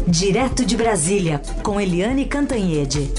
Direto de Brasília, com Eliane Cantanhede.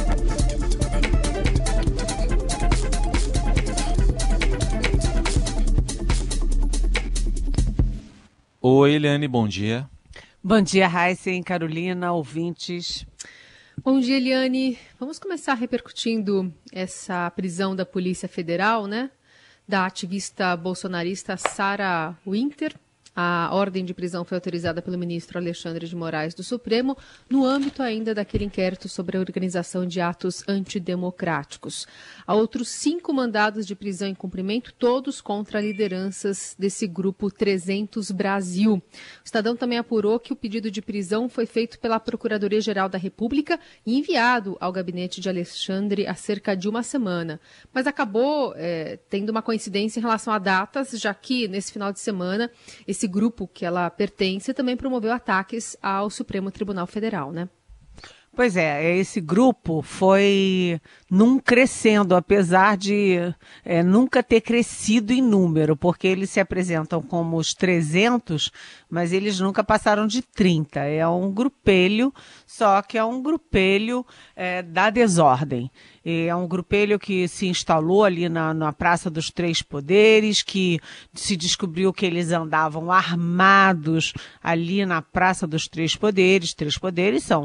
Oi, Eliane, bom dia. Bom dia, Heisen, Carolina, ouvintes. Bom dia, Eliane. Vamos começar repercutindo essa prisão da Polícia Federal, né? Da ativista bolsonarista Sarah Winter. A ordem de prisão foi autorizada pelo ministro Alexandre de Moraes do Supremo, no âmbito ainda daquele inquérito sobre a organização de atos antidemocráticos. Há outros 5 mandados de prisão em cumprimento, todos contra lideranças desse grupo 300 Brasil. O Estadão também apurou que o pedido de prisão foi feito pela Procuradoria-Geral da República e enviado ao gabinete de Alexandre há cerca de uma semana. Mas acabou tendo uma coincidência em relação a datas, já que nesse final de semana esse grupo que ela pertence também promoveu ataques ao Supremo Tribunal Federal, né? Pois é, esse grupo foi num crescendo, apesar de nunca ter crescido em número, porque eles se apresentam como os 300, mas eles nunca passaram de 30. É um grupelho, só que é um grupelho da desordem. É um grupelho que se instalou ali na Praça dos Três Poderes, que se descobriu que eles andavam armados ali na Praça dos Três Poderes. Três poderes são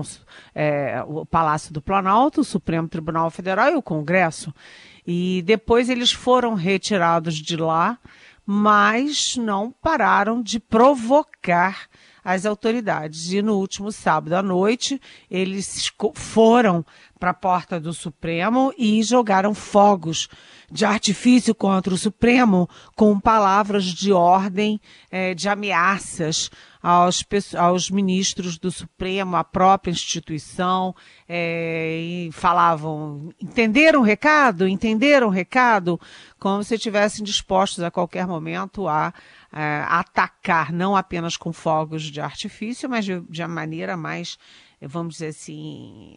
o Palácio do Planalto, o Supremo Tribunal Federal e o Congresso. E depois eles foram retirados de lá, mas não pararam de provocar as autoridades. E no último sábado à noite, eles foram para a porta do Supremo e jogaram fogos de artifício contra o Supremo com palavras de ordem, de ameaças aos ministros do Supremo, à própria instituição, e falavam, entenderam o recado? Entenderam o recado? Como se estivessem dispostos a qualquer momento a atacar, não apenas com fogos de artifício, mas de maneira mais, vamos dizer assim,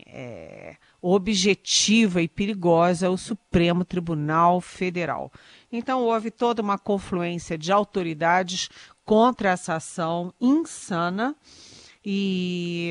objetiva e perigosa o Supremo Tribunal Federal. Então houve toda uma confluência de autoridades contra essa ação insana e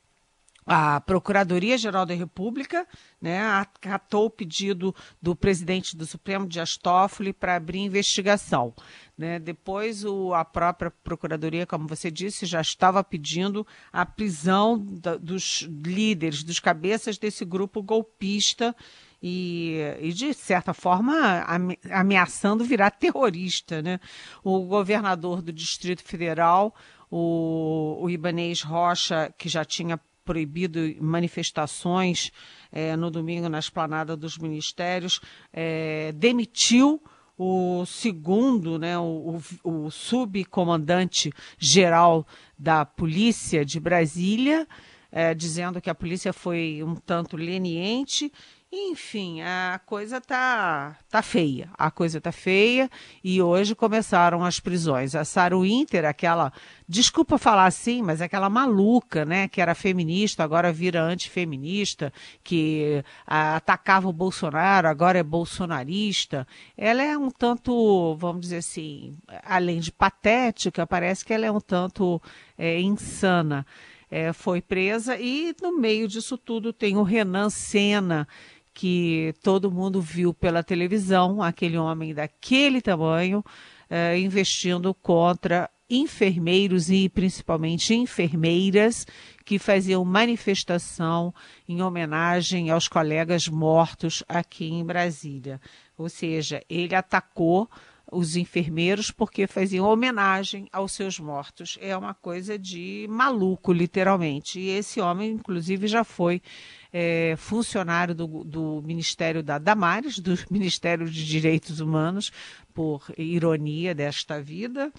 a Procuradoria-Geral da República, né, acatou o pedido do presidente do Supremo, Dias Toffoli, para abrir investigação. Né? Depois, a própria Procuradoria, como você disse, já estava pedindo a prisão dos líderes, dos cabeças desse grupo golpista e de certa forma, ameaçando virar terrorista. Né? O governador do Distrito Federal, o Ibanez Rocha, que já tinha proibido manifestações no domingo na esplanada dos ministérios, demitiu o segundo, né, o subcomandante geral da Polícia de Brasília, dizendo que a polícia foi um tanto leniente. Enfim, a coisa tá feia. A coisa tá feia e hoje começaram as prisões. A Sarah Winter, aquela, desculpa falar assim, mas aquela maluca, né, que era feminista, agora vira antifeminista, que atacava o Bolsonaro, agora é bolsonarista. Ela é um tanto, vamos dizer assim, além de patética, parece que ela é um tanto insana. Foi presa e no meio disso tudo tem o Renan Senna, que todo mundo viu pela televisão, aquele homem daquele tamanho, investindo contra enfermeiros e principalmente enfermeiras que faziam manifestação em homenagem aos colegas mortos aqui em Brasília. Ou seja, ele atacou os enfermeiros porque faziam homenagem aos seus mortos. É uma coisa de maluco, literalmente. E esse homem, inclusive, já foi funcionário do Ministério da Damares, do Ministério de Direitos Humanos, por ironia desta vida.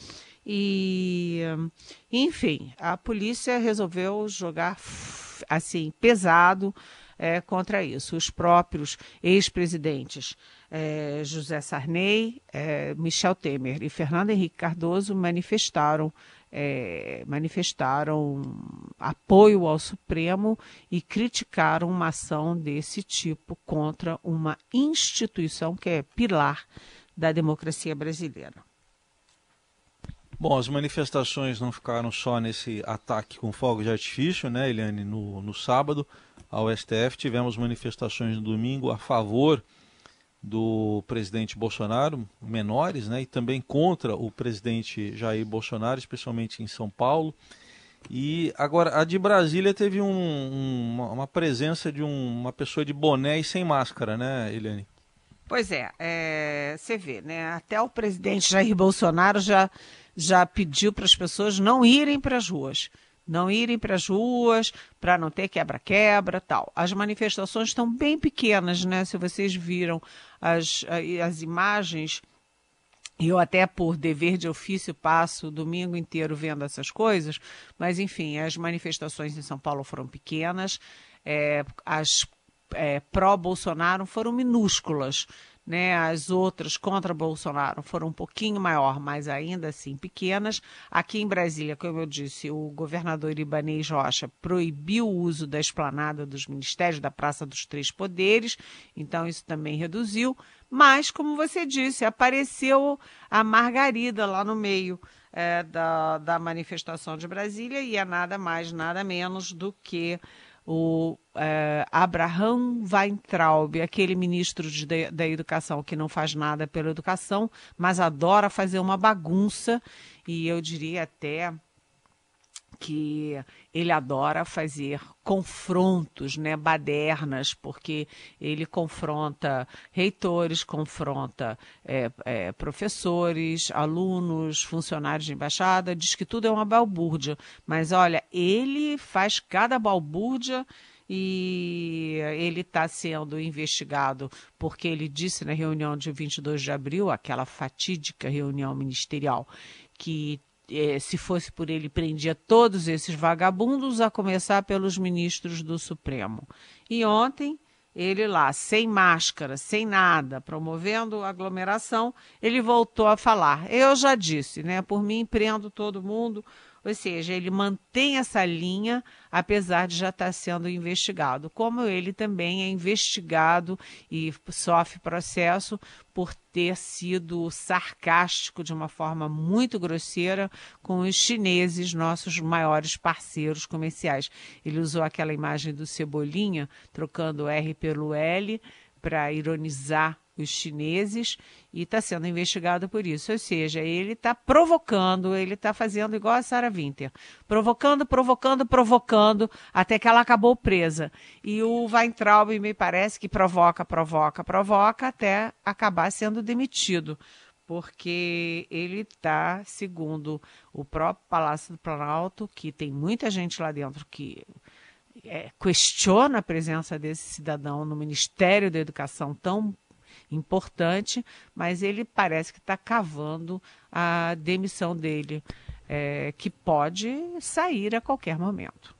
E, enfim, a polícia resolveu jogar assim pesado contra isso. Os próprios ex-presidentes José Sarney, Michel Temer e Fernando Henrique Cardoso manifestaram apoio ao Supremo e criticaram uma ação desse tipo contra uma instituição que é pilar da democracia brasileira. Bom, as manifestações não ficaram só nesse ataque com fogos de artifício, né, Eliane, no sábado ao STF. Tivemos manifestações no domingo a favor do presidente Bolsonaro, menores, né, e também contra o presidente Jair Bolsonaro, especialmente em São Paulo. E agora, a de Brasília teve uma presença de uma pessoa de boné e sem máscara, né, Eliane? Pois é, você vê, né? Até o presidente Jair Bolsonaro já pediu para as pessoas não irem para as ruas. Não irem para as ruas, para não ter quebra-quebra, tal. As manifestações estão bem pequenas, né? Se vocês viram as imagens, eu até por dever de ofício passo o domingo inteiro vendo essas coisas, mas enfim, as manifestações em São Paulo foram pequenas, as pró-Bolsonaro foram minúsculas, né? As outras contra Bolsonaro foram um pouquinho maior, mas ainda assim pequenas. Aqui em Brasília, como eu disse, o governador Ibanez Rocha proibiu o uso da esplanada dos ministérios, da Praça dos Três Poderes, então isso também reduziu. Mas, como você disse, apareceu a Margarida lá no meio da manifestação de Brasília e é nada mais, nada menos do que o Abraham Weintraub, aquele ministro da Educação que não faz nada pela educação, mas adora fazer uma bagunça, e eu diria até que ele adora fazer confrontos, né, badernas, porque ele confronta reitores, confronta professores, alunos, funcionários de embaixada, diz que tudo é uma balbúrdia. Mas, olha, ele faz cada balbúrdia e ele está sendo investigado porque ele disse na reunião de 22 de abril, aquela fatídica reunião ministerial, que se fosse por ele, prendia todos esses vagabundos, a começar pelos ministros do Supremo. E ontem, ele lá, sem máscara, sem nada, promovendo aglomeração, ele voltou a falar. Eu já disse, né? Por mim, prendo todo mundo. Ou seja, ele mantém essa linha, apesar de já estar sendo investigado. Como ele também é investigado e sofre processo por ter sido sarcástico de uma forma muito grosseira com os chineses, nossos maiores parceiros comerciais. Ele usou aquela imagem do Cebolinha, trocando o R pelo L, para ironizar os chineses, e está sendo investigado por isso. Ou seja, ele está provocando, ele está fazendo igual a Sarah Winter, provocando, até que ela acabou presa. E o Weintraub me parece que provoca, até acabar sendo demitido, porque ele está, segundo o próprio Palácio do Planalto, que tem muita gente lá dentro que questiona a presença desse cidadão no Ministério da Educação tão importante, mas ele parece que está cavando a demissão dele, que pode sair a qualquer momento.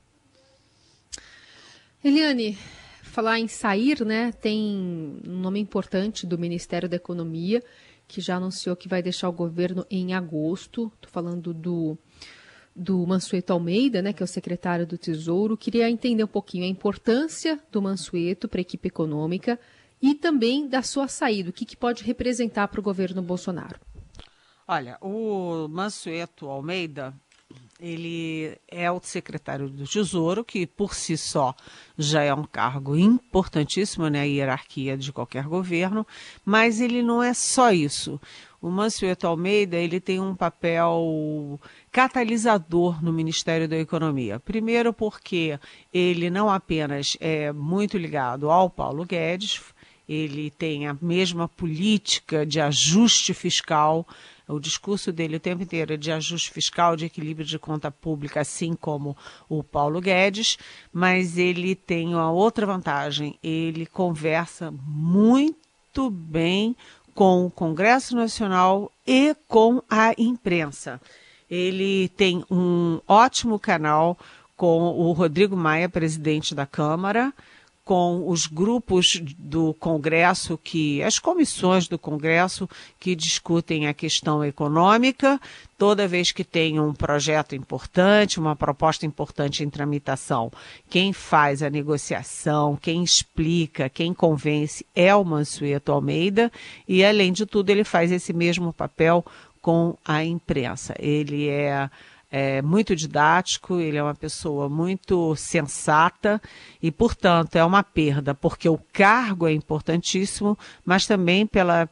Eliane, falar em sair, né? Tem um nome importante do Ministério da Economia, que já anunciou que vai deixar o governo em agosto. Estou falando do Mansueto Almeida, né, que é o secretário do Tesouro. Queria entender um pouquinho a importância do Mansueto para a equipe econômica e também da sua saída, o que pode representar para o governo Bolsonaro. Olha, o Mansueto Almeida, ele é o secretário do Tesouro, que por si só já é um cargo importantíssimo na hierarquia de qualquer governo, mas ele não é só isso. O Mansueto Almeida, ele tem um papel catalisador no Ministério da Economia. Primeiro porque ele não apenas é muito ligado ao Paulo Guedes, ele tem a mesma política de ajuste fiscal. O discurso dele o tempo inteiro é de ajuste fiscal, de equilíbrio de conta pública, assim como o Paulo Guedes, mas ele tem uma outra vantagem, ele conversa muito bem com o Congresso Nacional e com a imprensa. Ele tem um ótimo canal com o Rodrigo Maia, presidente da Câmara, com os grupos do Congresso, as comissões do Congresso que discutem a questão econômica. Toda vez que tem um projeto importante, uma proposta importante em tramitação, quem faz a negociação, quem explica, quem convence é o Mansueto Almeida, e além de tudo ele faz esse mesmo papel com a imprensa. Ele é muito didático, ele é uma pessoa muito sensata e, portanto, é uma perda, porque o cargo é importantíssimo, mas também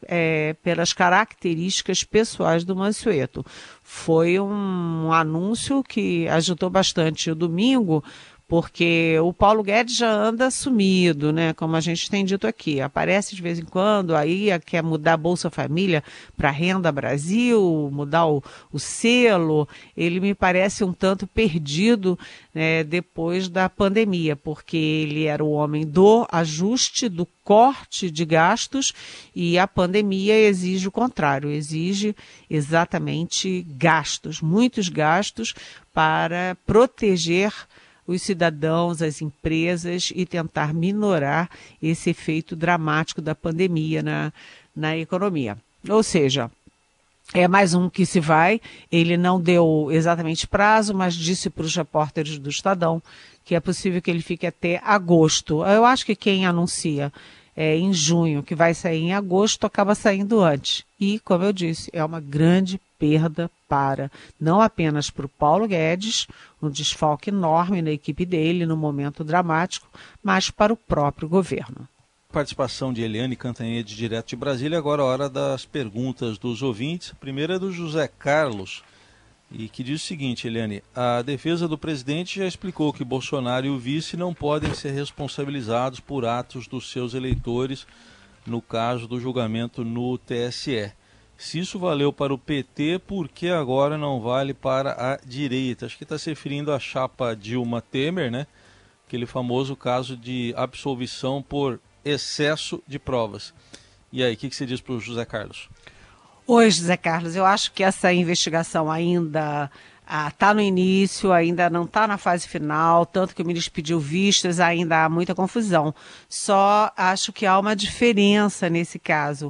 pelas características pessoais do Mansueto. Foi um anúncio que agitou bastante o domingo, porque o Paulo Guedes já anda sumido, né? Como a gente tem dito aqui, aparece de vez em quando, aí quer mudar a Bolsa Família para Renda Brasil, mudar o selo. Ele me parece um tanto perdido, né, depois da pandemia, porque ele era o homem do ajuste, do corte de gastos, e a pandemia exige o contrário, exige exatamente gastos, muitos gastos para proteger os cidadãos, as empresas e tentar minorar esse efeito dramático da pandemia na economia. Ou seja, é mais um que se vai. Ele não deu exatamente prazo, mas disse para os repórteres do Estadão que é possível que ele fique até agosto. Eu acho que quem anuncia em junho, que vai sair em agosto, acaba saindo antes. E, como eu disse, é uma grande perda não apenas para o Paulo Guedes, um desfalque enorme na equipe dele no momento dramático, mas para o próprio governo. Participação de Eliane Cantanhede, direto de Brasília. Agora a hora das perguntas dos ouvintes. A primeira é do José Carlos, e que diz o seguinte: Eliane, a defesa do presidente já explicou que Bolsonaro e o vice não podem ser responsabilizados por atos dos seus eleitores no caso do julgamento no TSE. Se isso valeu para o PT, por que agora não vale para a direita? Acho que está se referindo à chapa Dilma Temer, né? Aquele famoso caso de absolvição por excesso de provas. E aí, o que você diz para o José Carlos? Oi, José Carlos. Eu acho que essa investigação ainda está no início, ainda não está na fase final, tanto que o ministro pediu vistas, ainda há muita confusão. Só acho que há uma diferença nesse caso.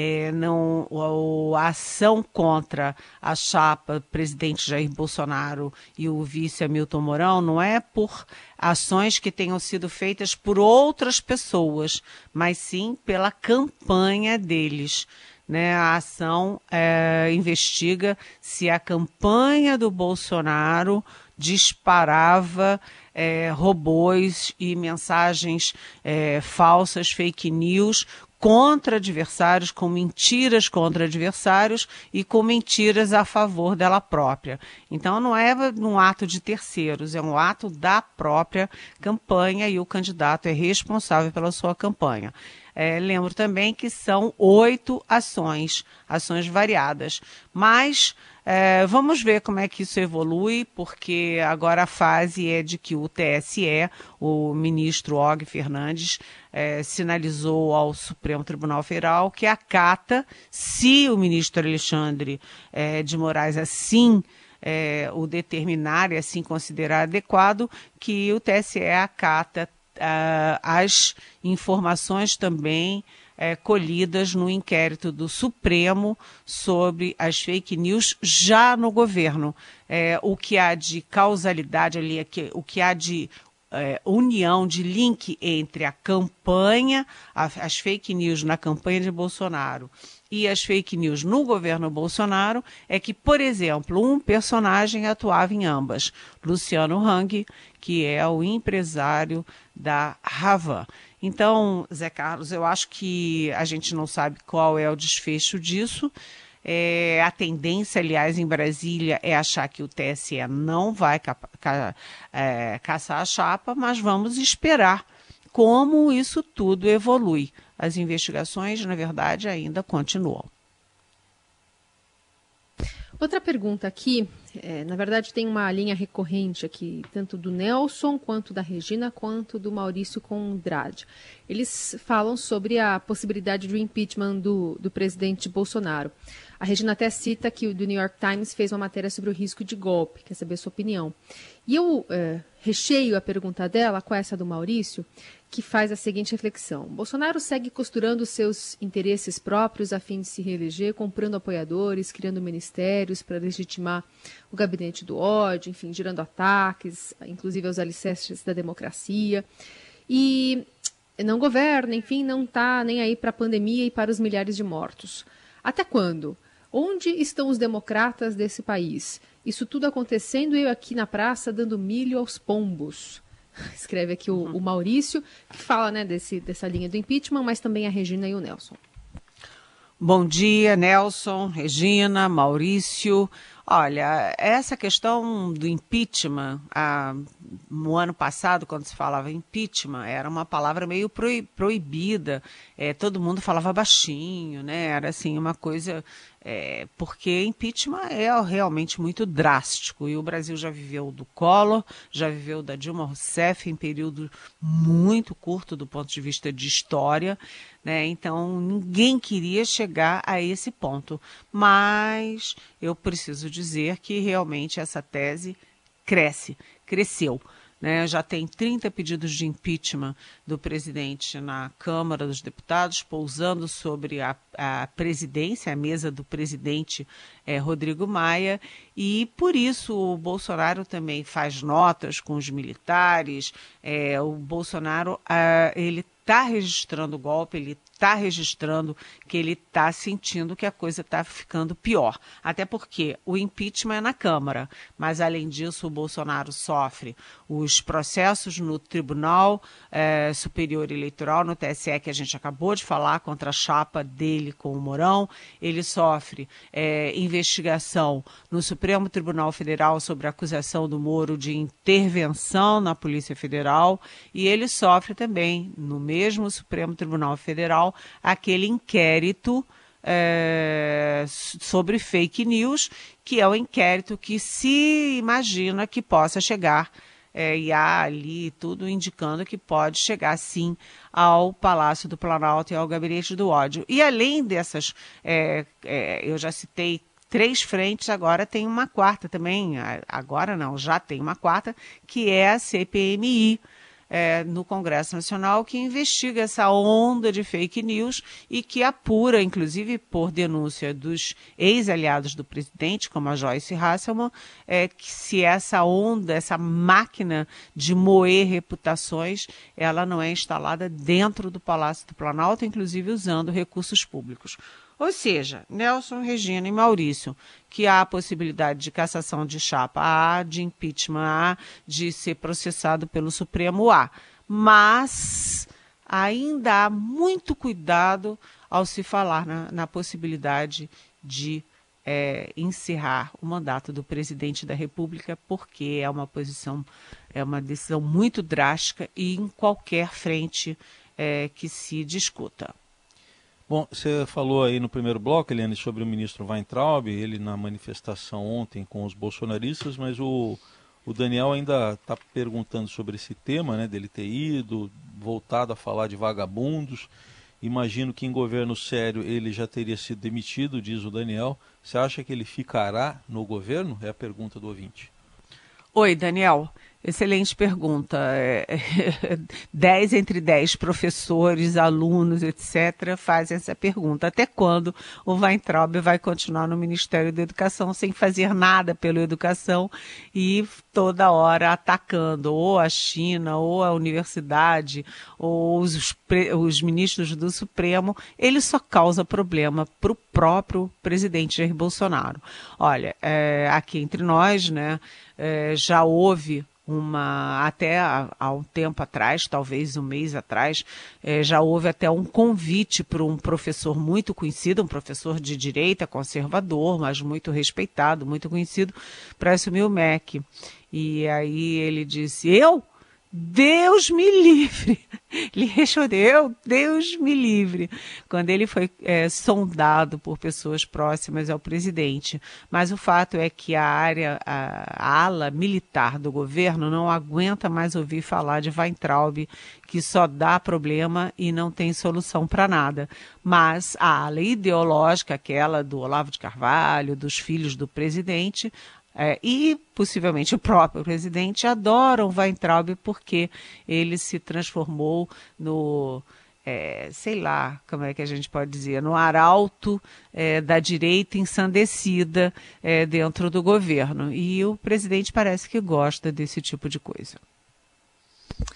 A ação contra a chapa presidente Jair Bolsonaro e o vice Hamilton Mourão não é por ações que tenham sido feitas por outras pessoas, mas sim pela campanha deles. Né, a ação investiga se a campanha do Bolsonaro disparava robôs e mensagens falsas, fake news, contra adversários, com mentiras contra adversários e com mentiras a favor dela própria. Então não é um ato de terceiros, é um ato da própria campanha e o candidato é responsável pela sua campanha. Lembro também que são 8 ações variadas, mas vamos ver como é que isso evolui, porque agora a fase é de que o TSE, o ministro Og Fernandes, sinalizou ao Supremo Tribunal Federal que acata, se o ministro Alexandre de Moraes assim o determinar e assim considerar adequado, que o TSE acata as informações também colhidas no inquérito do Supremo sobre as fake news já no governo. O que há de causalidade ali, o que há de união, de link entre a campanha, as fake news na campanha de Bolsonaro e as fake news no governo Bolsonaro, é que, por exemplo, um personagem atuava em ambas, Luciano Hang, que é o empresário da Havan. Então, Zé Carlos, eu acho que a gente não sabe qual é o desfecho disso. A tendência, aliás, em Brasília é achar que o TSE não vai caçar a chapa, mas vamos esperar como isso tudo evolui. As investigações, na verdade, ainda continuam. Outra pergunta aqui, na verdade tem uma linha recorrente aqui, tanto do Nelson, quanto da Regina, quanto do Maurício Condrade. Eles falam sobre a possibilidade do impeachment do presidente Bolsonaro. A Regina até cita que o do New York Times fez uma matéria sobre o risco de golpe, quer saber a sua opinião. E eu recheio a pergunta dela com essa do Maurício, que faz a seguinte reflexão. Bolsonaro segue costurando seus interesses próprios a fim de se reeleger, comprando apoiadores, criando ministérios para legitimar o gabinete do ódio, enfim, gerando ataques, inclusive aos alicerces da democracia. E não governa, enfim, não está nem aí para a pandemia e para os milhares de mortos. Até quando? Onde estão os democratas desse país? Isso tudo acontecendo e eu aqui na praça dando milho aos pombos. Escreve aqui o Maurício, que fala, né, dessa linha do impeachment, mas também a Regina e o Nelson. Bom dia, Nelson, Regina, Maurício. Olha, essa questão do impeachment, no ano passado, quando se falava impeachment, era uma palavra meio proibida, todo mundo falava baixinho, né? Era assim uma coisa, porque impeachment é realmente muito drástico, e o Brasil já viveu do Collor, já viveu da Dilma Rousseff em período muito curto do ponto de vista de história, né? Então ninguém queria chegar a esse ponto, mas eu preciso dizer que realmente essa tese cresceu. Né? Já tem 30 pedidos de impeachment do presidente na Câmara dos Deputados, pousando sobre a presidência, a mesa do presidente Rodrigo Maia, e por isso o Bolsonaro também faz notas com os militares. O Bolsonaro ele está registrando o golpe, ele está registrando que ele está sentindo que a coisa está ficando pior. Até porque o impeachment é na Câmara, mas além disso o Bolsonaro sofre os processos no Tribunal Superior Eleitoral, no TSE, que a gente acabou de falar, contra a chapa dele com o Mourão. Ele sofre investigação no Supremo Tribunal Federal sobre a acusação do Moro de intervenção na Polícia Federal, e ele sofre também no mesmo Supremo Tribunal Federal aquele inquérito sobre fake news, que é o inquérito que se imagina que possa chegar, e há ali tudo indicando que pode chegar sim ao Palácio do Planalto e ao Gabinete do Ódio. E além dessas, eu já citei 3 frentes, agora tem uma quarta também, agora não, já tem uma quarta, que é a CPMI, no Congresso Nacional, que investiga essa onda de fake news e que apura, inclusive por denúncia dos ex-aliados do presidente, como a Joyce Hasselmann, que se essa onda, essa máquina de moer reputações, ela não é instalada dentro do Palácio do Planalto, inclusive usando recursos públicos. Ou seja, Nelson, Regina e Maurício, que há a possibilidade de cassação de chapa A, de impeachment A, de ser processado pelo Supremo A. Mas ainda há muito cuidado ao se falar na possibilidade de encerrar o mandato do presidente da República, porque é uma decisão muito drástica e em qualquer frente que se discuta. Bom, você falou aí no primeiro bloco, Eliane, sobre o ministro Weintraub, ele na manifestação ontem com os bolsonaristas, mas o Daniel ainda está perguntando sobre esse tema, né, dele ter ido, voltado a falar de vagabundos. Imagino que em governo sério ele já teria sido demitido, diz o Daniel. Você acha que ele ficará no governo? É a pergunta do ouvinte. Oi, Daniel. Excelente pergunta. 10 entre 10 professores, alunos, etc., fazem essa pergunta. Até quando o Weintraub vai continuar no Ministério da Educação sem fazer nada pela educação e toda hora atacando ou a China, ou a universidade, ou os ministros do Supremo? Ele só causa problema para o próprio presidente Jair Bolsonaro. Olha, aqui entre nós, né, já houve até há um tempo atrás, talvez um mês atrás, já houve até um convite para um professor muito conhecido, um professor de direita, conservador, mas muito respeitado, muito conhecido, para assumir o MEC. E aí ele disse, eu? Deus me livre! Ele respondeu, Deus me livre, quando ele foi sondado por pessoas próximas ao presidente. Mas o fato é que a ala militar do governo não aguenta mais ouvir falar de Weintraub, que só dá problema e não tem solução para nada. Mas a ala ideológica, aquela do Olavo de Carvalho, dos filhos do presidente, e possivelmente o próprio presidente adoram Weintraub porque ele se transformou no, sei lá, como é que a gente pode dizer, no arauto da direita ensandecida dentro do governo. E o presidente parece que gosta desse tipo de coisa.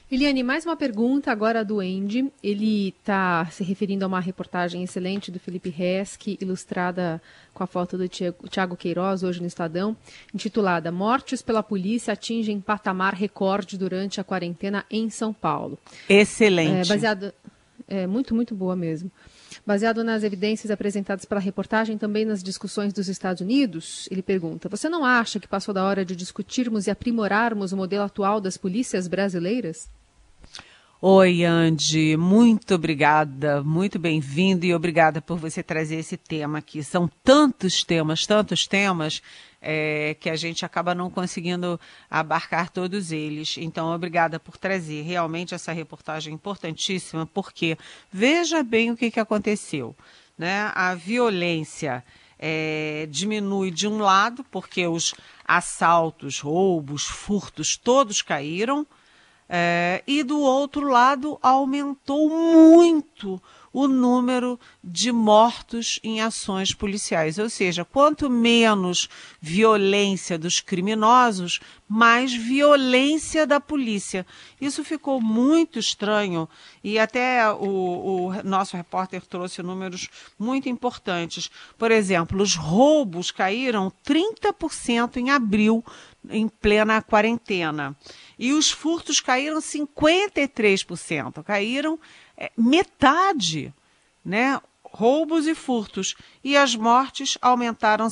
Eliane, mais uma pergunta agora do Andy. Ele está se referindo a uma reportagem excelente do Felipe Resch, ilustrada com a foto do Tiago Queiroz, hoje no Estadão, intitulada "Mortes pela polícia atingem patamar recorde durante a quarentena em São Paulo". Excelente. Muito boa mesmo. Baseado nas evidências apresentadas pela reportagem, também nas discussões dos Estados Unidos, ele pergunta: você não acha que passou da hora de discutirmos e aprimorarmos o modelo atual das polícias brasileiras? Oi, Andy, muito obrigada, muito bem-vindo e obrigada por você trazer esse tema aqui. São tantos temas, que a gente acaba não conseguindo abarcar todos eles. Então, obrigada por trazer realmente essa reportagem importantíssima, porque veja bem o que aconteceu, né? A violência diminui de um lado, porque os assaltos, roubos, furtos, todos caíram. E do outro lado aumentou muito o número de mortos em ações policiais. Ou seja, quanto menos violência dos criminosos, mais violência da polícia. Isso ficou muito estranho e até o nosso repórter trouxe números muito importantes. Por exemplo, os roubos caíram 30% em abril, em plena quarentena. E os furtos caíram 53%, caíram metade, né? Roubos e furtos. E as mortes aumentaram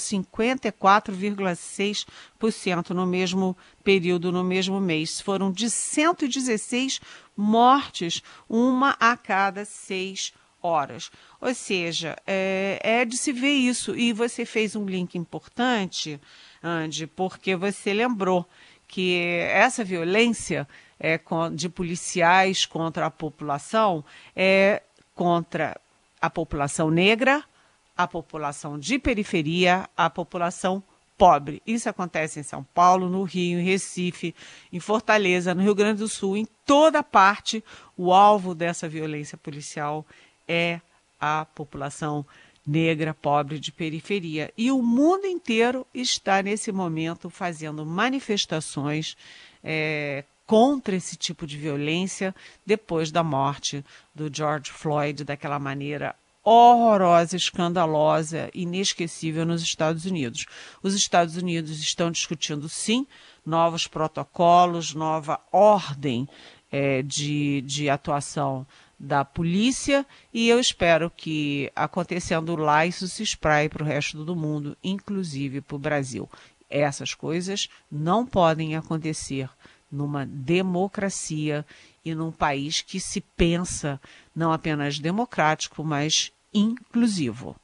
54,6% no mesmo período, no mesmo mês. Foram de 116 mortes, uma a cada 6 horas. Ou seja, é de se ver isso. E você fez um link importante, Andy, porque você lembrou que essa violência de policiais contra a população é contra a população negra, a população de periferia, a população pobre. Isso acontece em São Paulo, no Rio, em Recife, em Fortaleza, no Rio Grande do Sul, em toda parte. O alvo dessa violência policial é a população negra, pobre, de periferia. E o mundo inteiro está, nesse momento, fazendo manifestações contra esse tipo de violência depois da morte do George Floyd, daquela maneira horrorosa, escandalosa, inesquecível nos Estados Unidos. Os Estados Unidos estão discutindo, sim, novos protocolos, nova ordem de atuação da polícia, e eu espero que, acontecendo lá, isso se espraie para o resto do mundo, inclusive para o Brasil. Essas coisas não podem acontecer numa democracia e num país que se pensa não apenas democrático, mas inclusivo.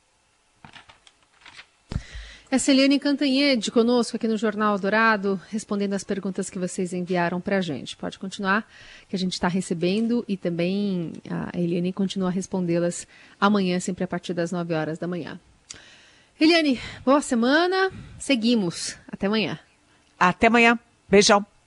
Essa é Eliane Cantanhede conosco aqui no Jornal Dourado, respondendo as perguntas que vocês enviaram para a gente. Pode continuar, que a gente está recebendo, e também a Eliane continua a respondê-las amanhã, sempre a partir das 9 horas da manhã. Eliane, boa semana. Seguimos. Até amanhã. Até amanhã. Beijão.